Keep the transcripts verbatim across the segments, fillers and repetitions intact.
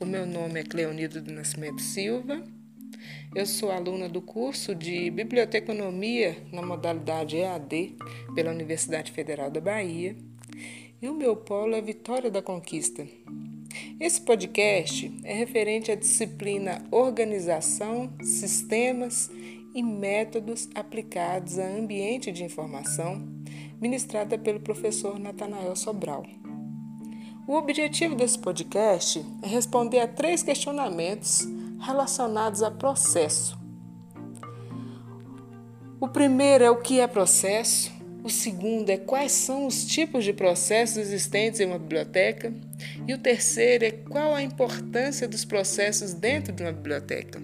O meu nome é Cleonilda do Nascimento Silva. Eu sou aluna do curso de Biblioteconomia na modalidade E A D pela Universidade Federal da Bahia e o meu polo é Vitória da Conquista. Esse podcast é referente à disciplina Organização, Sistemas e Métodos aplicados a ambiente de informação, ministrada pelo professor Natanael Sobral. O objetivo desse podcast é responder a três questionamentos relacionados a processo. O primeiro é o que é processo, o segundo é quais são os tipos de processos existentes em uma biblioteca e o terceiro é qual a importância dos processos dentro de uma biblioteca.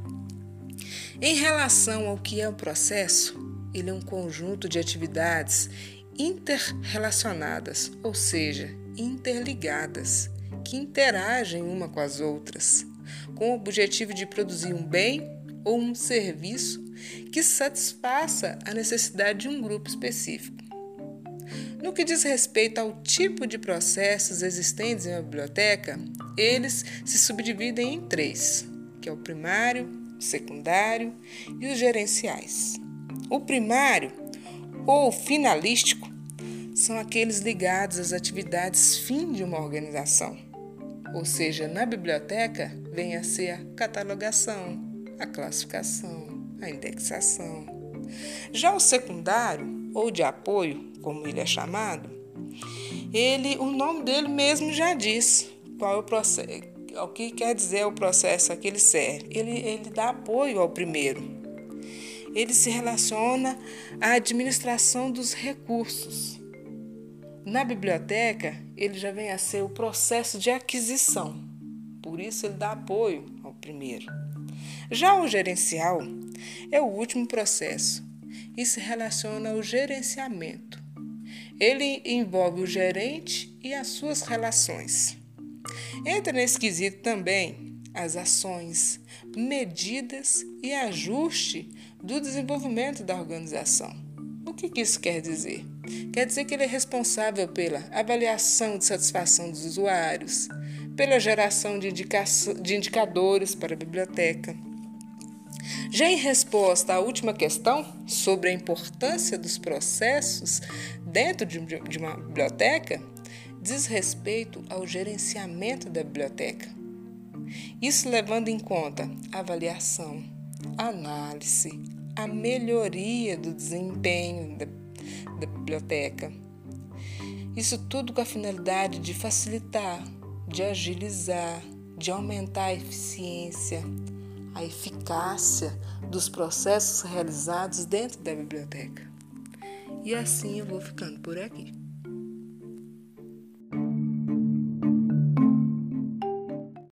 Em relação ao que é um processo, ele é um conjunto de atividades interrelacionadas, ou seja, interligadas, que interagem uma com as outras, com o objetivo de produzir um bem ou um serviço que satisfaça a necessidade de um grupo específico. No que diz respeito ao tipo de processos existentes em uma biblioteca, eles se subdividem em três, que é o primário, o secundário e os gerenciais. O primário, ou finalístico, são aqueles ligados às atividades fim de uma organização. Ou seja, na biblioteca vem a ser a catalogação, a classificação, a indexação. Já o secundário, ou de apoio, como ele é chamado, ele, o nome dele mesmo já diz qual é o processo. O que quer dizer o processo a que ele serve? Ele, ele dá apoio ao primeiro. Ele se relaciona à administração dos recursos. Na biblioteca, ele já vem a ser o processo de aquisição. Por isso, ele dá apoio ao primeiro. Já o gerencial é o último processo e se relaciona ao gerenciamento. Ele envolve o gerente e as suas relações. Entra nesse quesito também as ações, medidas e ajuste do desenvolvimento da organização. O que isso quer dizer? Quer dizer que ele é responsável pela avaliação de satisfação dos usuários, pela geração de, indicação, de indicadores para a biblioteca. Já em resposta à última questão sobre a importância dos processos dentro de uma biblioteca, diz respeito ao gerenciamento da biblioteca. Isso levando em conta a avaliação, a análise, a melhoria do desempenho da, da biblioteca. Isso tudo com a finalidade de facilitar, de agilizar, de aumentar a eficiência, a eficácia dos processos realizados dentro da biblioteca. E assim eu vou ficando por aqui.